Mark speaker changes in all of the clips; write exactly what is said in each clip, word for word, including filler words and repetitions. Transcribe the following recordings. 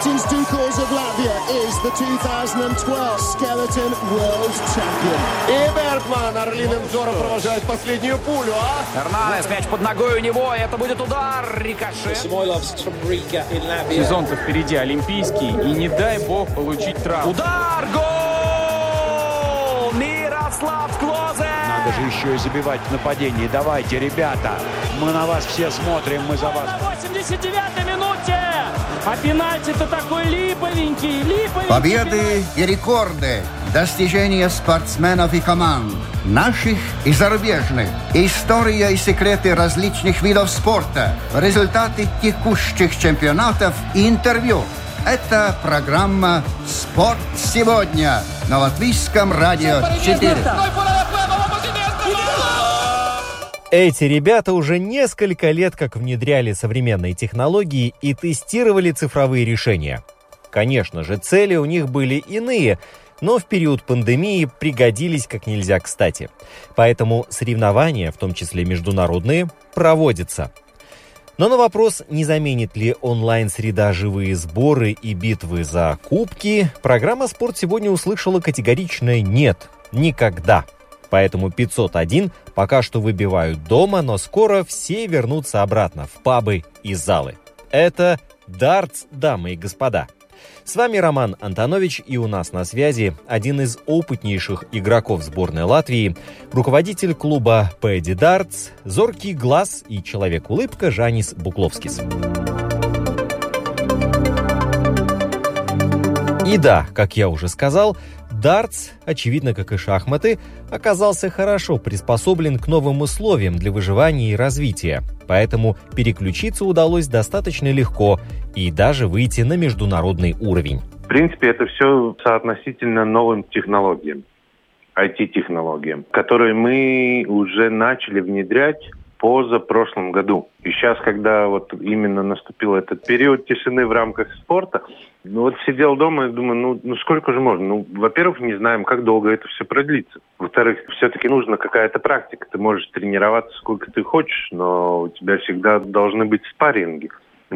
Speaker 1: Martins Dukals of Latvia is the two thousand twelve Skeleton World Champion.
Speaker 2: И Бергман орлиным взором провожает последнюю пулю, а?
Speaker 3: Эрнандес, мяч под ногой у него, это будет удар, рикошет.
Speaker 4: Сезон-то впереди олимпийский, и не дай бог получить травму.
Speaker 3: Удар, гол! Мирослав Клозе!
Speaker 5: Надо же еще и забивать в нападении. Давайте, ребята, мы на вас все смотрим, мы за вас.
Speaker 6: На восемьдесят девятой минуте! А пенальти-то такой липовенький, липовенький.
Speaker 7: Победы и рекорды, достижения спортсменов и команд, наших и зарубежных, история и секреты различных видов спорта, результаты текущих чемпионатов и интервью. Это программа «Спорт сегодня» на Латвийском радио четыре.
Speaker 8: Эти ребята уже несколько лет как внедряли современные технологии и тестировали цифровые решения. Конечно же, цели у них были иные, но в период пандемии пригодились как нельзя кстати. Поэтому соревнования, в том числе международные, проводятся. Но на вопрос, не заменит ли онлайн-среда живые сборы и битвы за кубки, программа «Спорт сегодня» услышала категоричное «нет, никогда». Поэтому пятьсот один пока что выбивают дома, но скоро все вернутся обратно в пабы и залы. Это дартс, дамы и господа. С вами Роман Антонович, и у нас на связи один из опытнейших игроков сборной Латвии, руководитель клуба Пэди Дартс, зоркий глаз и человек-улыбка Жанис Букловскис. И да, как я уже сказал, дартс, очевидно, как и шахматы, оказался хорошо приспособлен к новым условиям для выживания и развития, поэтому переключиться удалось достаточно легко и даже выйти на международный уровень.
Speaker 9: В принципе, это все соотносительно новым технологиям, ай ти-технологиям, которые мы уже начали внедрять позапрошлом году. И сейчас, когда вот именно наступил этот период тишины в рамках спорта, ну вот сидел дома и думаю, ну, ну сколько же можно? Ну, во-первых, не знаем, как долго это все продлится. Во-вторых, все-таки нужна какая-то практика. Ты можешь тренироваться сколько ты хочешь, но у тебя всегда должны быть спарринги.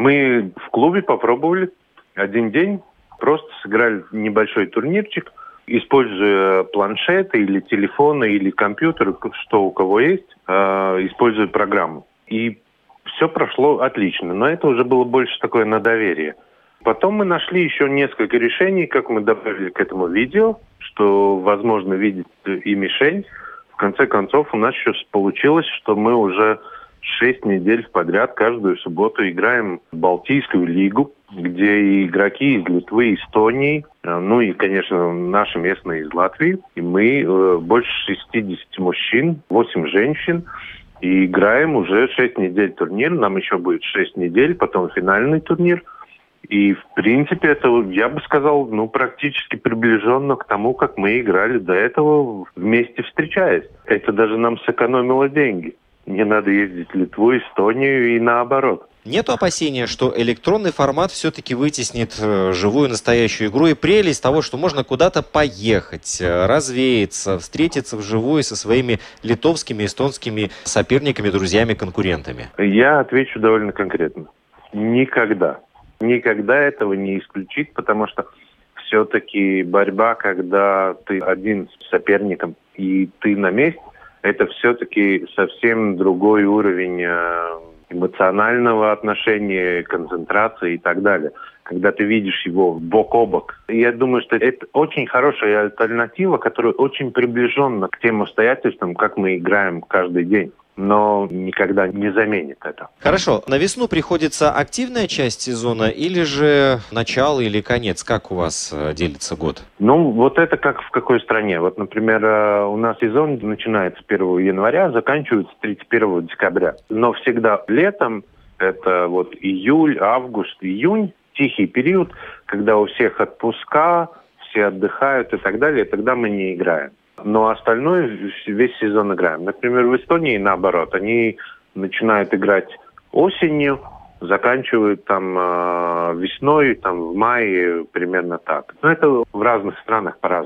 Speaker 9: Мы в клубе попробовали один день, просто сыграли небольшой турнирчик, используя планшеты или телефоны, или компьютеры, что у кого есть, э, используя программу. И все прошло отлично, но это уже было больше такое на доверие. Потом мы нашли еще несколько решений, как мы добавили к этому видео, что возможно видеть и мишень. В конце концов, у нас сейчас получилось, что мы уже шесть недель подряд каждую субботу играем в Балтийскую лигу, где и игроки из Литвы, Эстонии, ну и, конечно, наши местные из Латвии. И мы э, больше шестьдесят мужчин, восемь женщин. И играем уже шесть недель турнир. Нам еще будет шесть недель, потом финальный турнир. И, в принципе, это, я бы сказал, ну, практически приближенно к тому, как мы играли до этого, вместе встречаясь. Это даже нам сэкономило деньги. Не надо ездить в Литву, Эстонию и наоборот.
Speaker 8: Нету опасения, что электронный формат все-таки вытеснит живую настоящую игру и прелесть того, что можно куда-то поехать, развеяться, встретиться вживую со своими литовскими, эстонскими соперниками, друзьями, конкурентами? Я отвечу довольно конкретно. Никогда. Никогда этого не исключить, потому что все-таки борьба, когда ты один с соперником и ты на месте, это все-таки совсем другой уровень эмоционального отношения, концентрации и так далее. Когда ты видишь его бок о бок. Я думаю, что это очень хорошая альтернатива, которая очень приближена к тем обстоятельствам, как мы играем каждый день. Но никогда не заменит это. Хорошо. На весну приходится активная часть сезона или же начало или конец? Как у вас делится год? Ну, вот это как в какой стране. Вот, например, у нас сезон начинается первого января, заканчивается тридцать первого декабря. Но всегда летом, это вот июль, август, июнь, тихий период, когда у всех отпуска, все отдыхают и так далее, тогда мы не играем. Но остальное весь сезон играем. Например, в Эстонии наоборот. Они начинают играть осенью, заканчивают там э, весной, там в мае, примерно так. Но это в разных странах по-разному.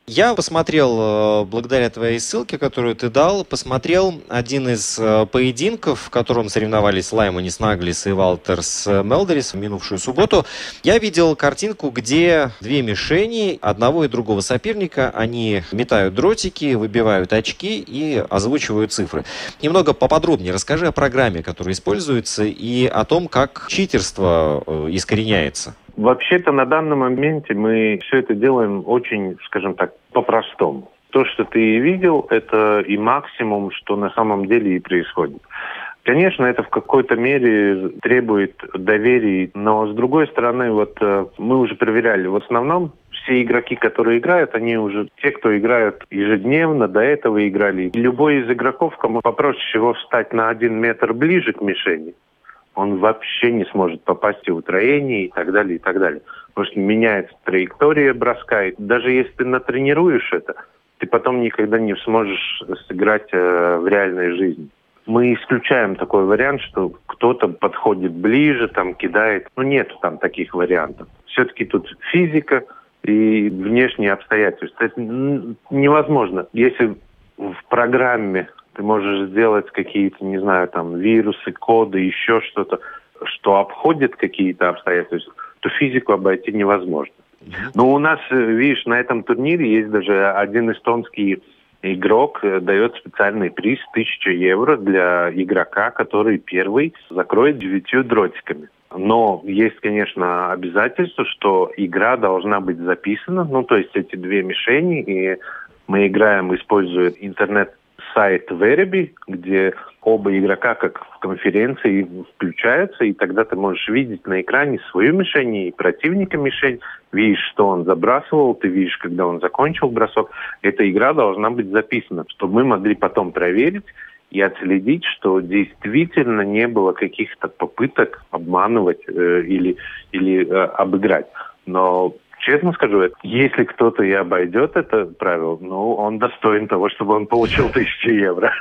Speaker 8: Я посмотрел, благодаря твоей ссылке, которую ты дал, посмотрел один из поединков, в котором соревновались Лаймонис Наглис и Валтерс Мелдерис в минувшую субботу. Я видел картинку, где две мишени одного и другого соперника, они метают дротики, выбивают очки и озвучивают цифры. Немного поподробнее расскажи о программе, которая используется, и о том, как читерство искореняется.
Speaker 9: Вообще-то на данном моменте мы все это делаем очень, скажем так, по-простому. То, что ты видел, это и максимум, что на самом деле и происходит. Конечно, это в какой-то мере требует доверия, но с другой стороны, вот мы уже проверяли, в основном все игроки, которые играют, они уже те, кто играют ежедневно, до этого играли. Любой из игроков, кому попроще всего встать на один метр ближе к мишени, он вообще не сможет попасть в утроение и так далее, и так далее. Потому что меняется траектория броска. И даже если ты натренируешь это, ты потом никогда не сможешь сыграть э, в реальной жизни. Мы исключаем такой вариант, что кто-то подходит ближе, там кидает. Ну, нету там таких вариантов. Все-таки тут физика и внешние обстоятельства. Это невозможно. Если в программе ты можешь сделать какие-то, не знаю, там, вирусы, коды, еще что-то, что обходит какие-то обстоятельства, то физику обойти невозможно. Но у нас, видишь, на этом турнире есть даже один эстонский игрок, дает специальный приз тысяча евро для игрока, который первый закроет девятью дротиками. Но есть, конечно, обязательство, что игра должна быть записана, ну, то есть эти две мишени, и мы играем, используя интернет, сайт Вереби, где оба игрока, как в конференции, включаются, и тогда ты можешь видеть на экране свою мишень и противника мишень, видишь, что он забрасывал, ты видишь, когда он закончил бросок. Эта игра должна быть записана, чтобы мы могли потом проверить и отследить, что действительно не было каких-то попыток обманывать э, или, или э, обыграть. Но честно скажу, если кто-то и обойдет это правило, ну, он достоин того, чтобы он получил тысячу евро.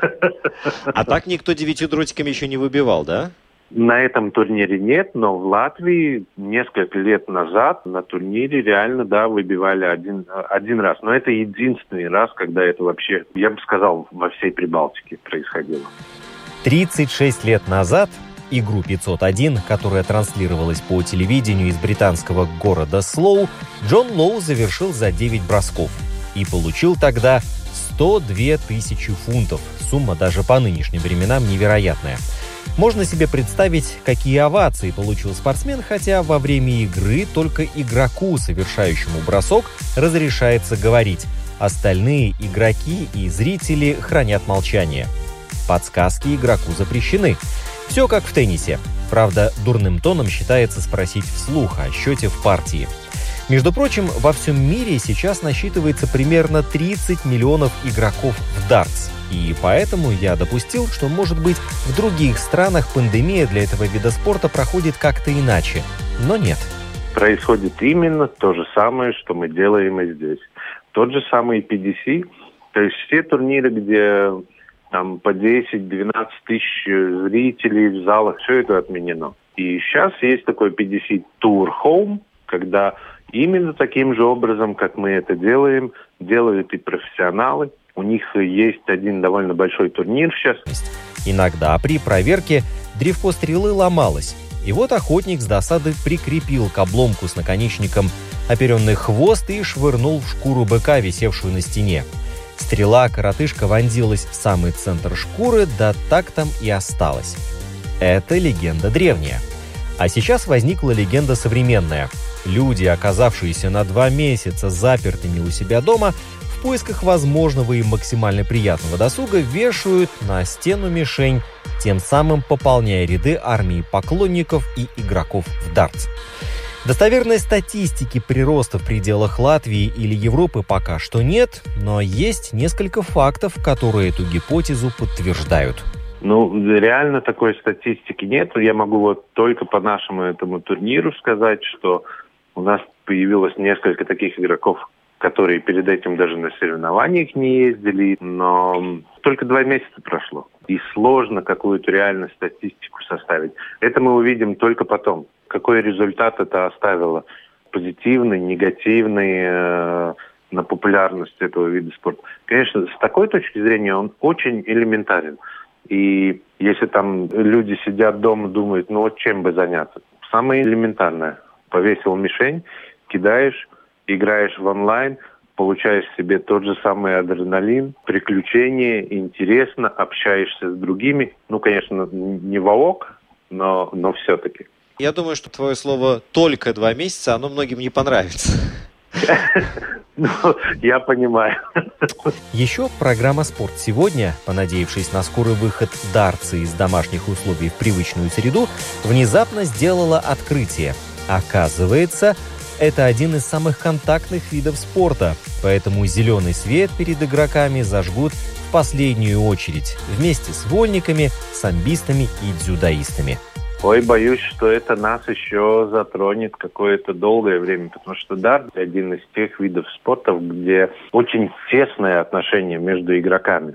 Speaker 8: А так никто девятью дротиками еще не выбивал, да?
Speaker 9: На этом турнире нет, но в Латвии несколько лет назад на турнире реально, да, выбивали один, один раз. Но это единственный раз, когда это вообще, я бы сказал, во всей Прибалтике происходило.
Speaker 10: тридцать шесть лет назад игру пятьсот один, которая транслировалась по телевидению из британского города Слоу, Джон Лоу завершил за девять бросков и получил тогда сто две тысячи фунтов. Сумма даже по нынешним временам невероятная. Можно себе представить, какие овации получил спортсмен, хотя во время игры только игроку, совершающему бросок, разрешается говорить. Остальные игроки и зрители хранят молчание. Подсказки игроку запрещены. Все как в теннисе. Правда, дурным тоном считается спросить вслух о счете в партии. Между прочим, во всем мире сейчас насчитывается примерно тридцать миллионов игроков в дартс. И поэтому я допустил, что, может быть, в других странах пандемия для этого вида спорта проходит как-то иначе. Но нет.
Speaker 9: Происходит именно то же самое, что мы делаем и здесь. Тот же самый пи ди си, то есть все турниры, где там по десять-двенадцать тысяч зрителей в залах, все это отменено. И сейчас есть такой пи ди си Tour Home, когда именно таким же образом, как мы это делаем, делают и профессионалы. У них есть один довольно большой турнир сейчас.
Speaker 10: Иногда при проверке древко стрелы ломалось. И вот охотник с досады прикрепил к обломку с наконечником оперенный хвост и швырнул в шкуру быка, висевшую на стене. Стрела-коротышка вонзилась в самый центр шкуры, да так там и осталась. Это легенда древняя. А сейчас возникла легенда современная. Люди, оказавшиеся на два месяца запертыми у себя дома, в поисках возможного и максимально приятного досуга вешают на стену мишень, тем самым пополняя ряды армии поклонников и игроков в дартс. Достоверной статистики прироста в пределах Латвии или Европы пока что нет, но есть несколько фактов, которые эту гипотезу подтверждают.
Speaker 9: Ну, реально такой статистики нет. Я могу вот только по нашему этому турниру сказать, что у нас появилось несколько таких игроков, которые перед этим даже на соревнованиях не ездили, но только два месяца прошло. И сложно какую-то реальную статистику составить. Это мы увидим только потом. Какой результат это оставило? Позитивный, негативный, на популярность этого вида спорта. Конечно, с такой точки зрения он очень элементарен. И если там люди сидят дома, думают, ну вот чем бы заняться? Самое элементарное. Повесил мишень, кидаешь, играешь в онлайн, получаешь себе тот же самый адреналин, приключения, интересно, общаешься с другими. Ну, конечно, не воок, но, но все-таки.
Speaker 8: Я думаю, что твое слово «только два месяца», оно многим не понравится.
Speaker 9: Ну, я понимаю.
Speaker 10: Еще программа «Спорт сегодня», понадеявшись на скорый выход дартса из домашних условий в привычную среду, внезапно сделала открытие. Оказывается, это один из самых контактных видов спорта, поэтому зеленый свет перед игроками зажгут в последнюю очередь, вместе с вольниками, самбистами и дзюдоистами.
Speaker 9: Ой, боюсь, что это нас еще затронет какое-то долгое время, потому что дарт – один из тех видов спорта, где очень тесные отношения между игроками.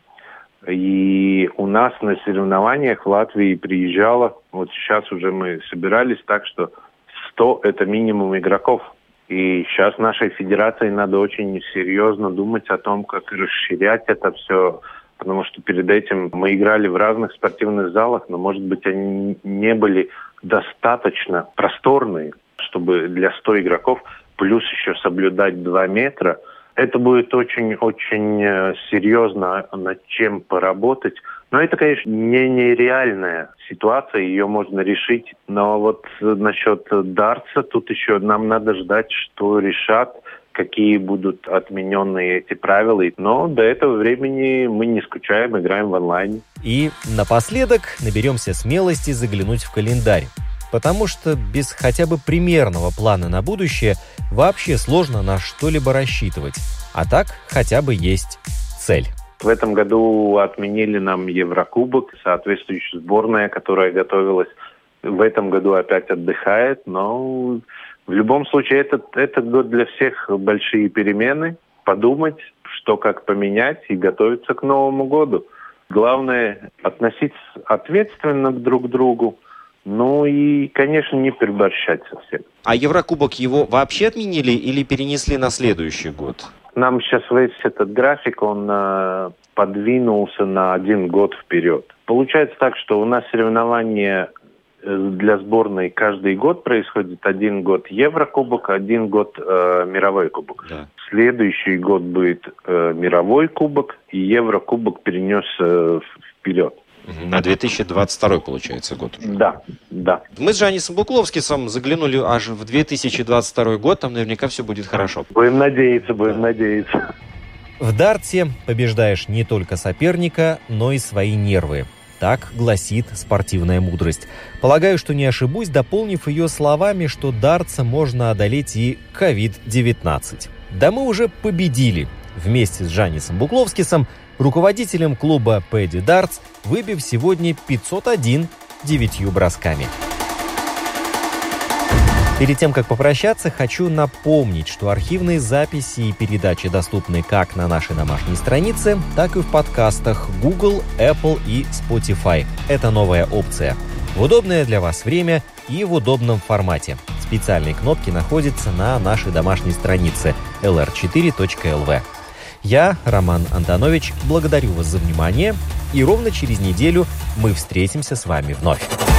Speaker 9: И у нас на соревнованиях в Латвии приезжало, вот сейчас уже мы собирались так, что сто – это минимум игроков. И сейчас нашей федерации надо очень серьезно думать о том, как расширять это все, потому что перед этим мы играли в разных спортивных залах, но, может быть, они не были достаточно просторные, чтобы для ста игроков плюс еще соблюдать два метра. Это будет очень-очень серьезно над чем поработать. Но это, конечно, не нереальная ситуация, ее можно решить. Но вот насчет дартса, тут еще нам надо ждать, что решат, какие будут отмененные эти правила. Но до этого времени мы не скучаем, играем в онлайне.
Speaker 10: И напоследок наберемся смелости заглянуть в календарь. Потому что без хотя бы примерного плана на будущее вообще сложно на что-либо рассчитывать. А так хотя бы есть цель.
Speaker 9: В этом году отменили нам Еврокубок, соответствующая сборная, которая готовилась, в этом году опять отдыхает. Но в любом случае этот, этот год для всех большие перемены. Подумать, что как поменять, и готовиться к Новому году. Главное относиться ответственно друг к другу. Ну и, конечно, не переборщать совсем.
Speaker 8: А Еврокубок его вообще отменили или перенесли на следующий год?
Speaker 9: Нам сейчас весь этот график, он э, подвинулся на один год вперед. Получается так, что у нас соревнования для сборной каждый год происходит. Один год Еврокубок, один год э, мировой кубок. Да. Следующий год будет э, мировой кубок, и Еврокубок перенес э, вперед.
Speaker 8: На две тысячи двадцать второй, получается, год уже.
Speaker 9: Да, да.
Speaker 8: Мы с Джанисом Букловскисом заглянули аж в две тысячи двадцать второй год, там наверняка все будет хорошо.
Speaker 9: Будем надеяться, будем надеяться.
Speaker 10: В дартсе побеждаешь не только соперника, но и свои нервы. Так гласит спортивная мудрость. Полагаю, что не ошибусь, дополнив ее словами, что дартсом можно одолеть и ковид девятнадцать. Да мы уже победили. Вместе с Джанисом Букловскисом, руководителем клуба Падdy Darts, выбив сегодня пятьсот один девятью бросками. Перед тем, как попрощаться, хочу напомнить, что архивные записи и передачи доступны как на нашей домашней странице, так и в подкастах Google, Apple и Spotify. Это новая опция. В удобное для вас время и в удобном формате. Специальные кнопки находятся на нашей домашней странице эл эр четыре точка эл ви. Я, Роман Антонович, благодарю вас за внимание, и ровно через неделю мы встретимся с вами вновь.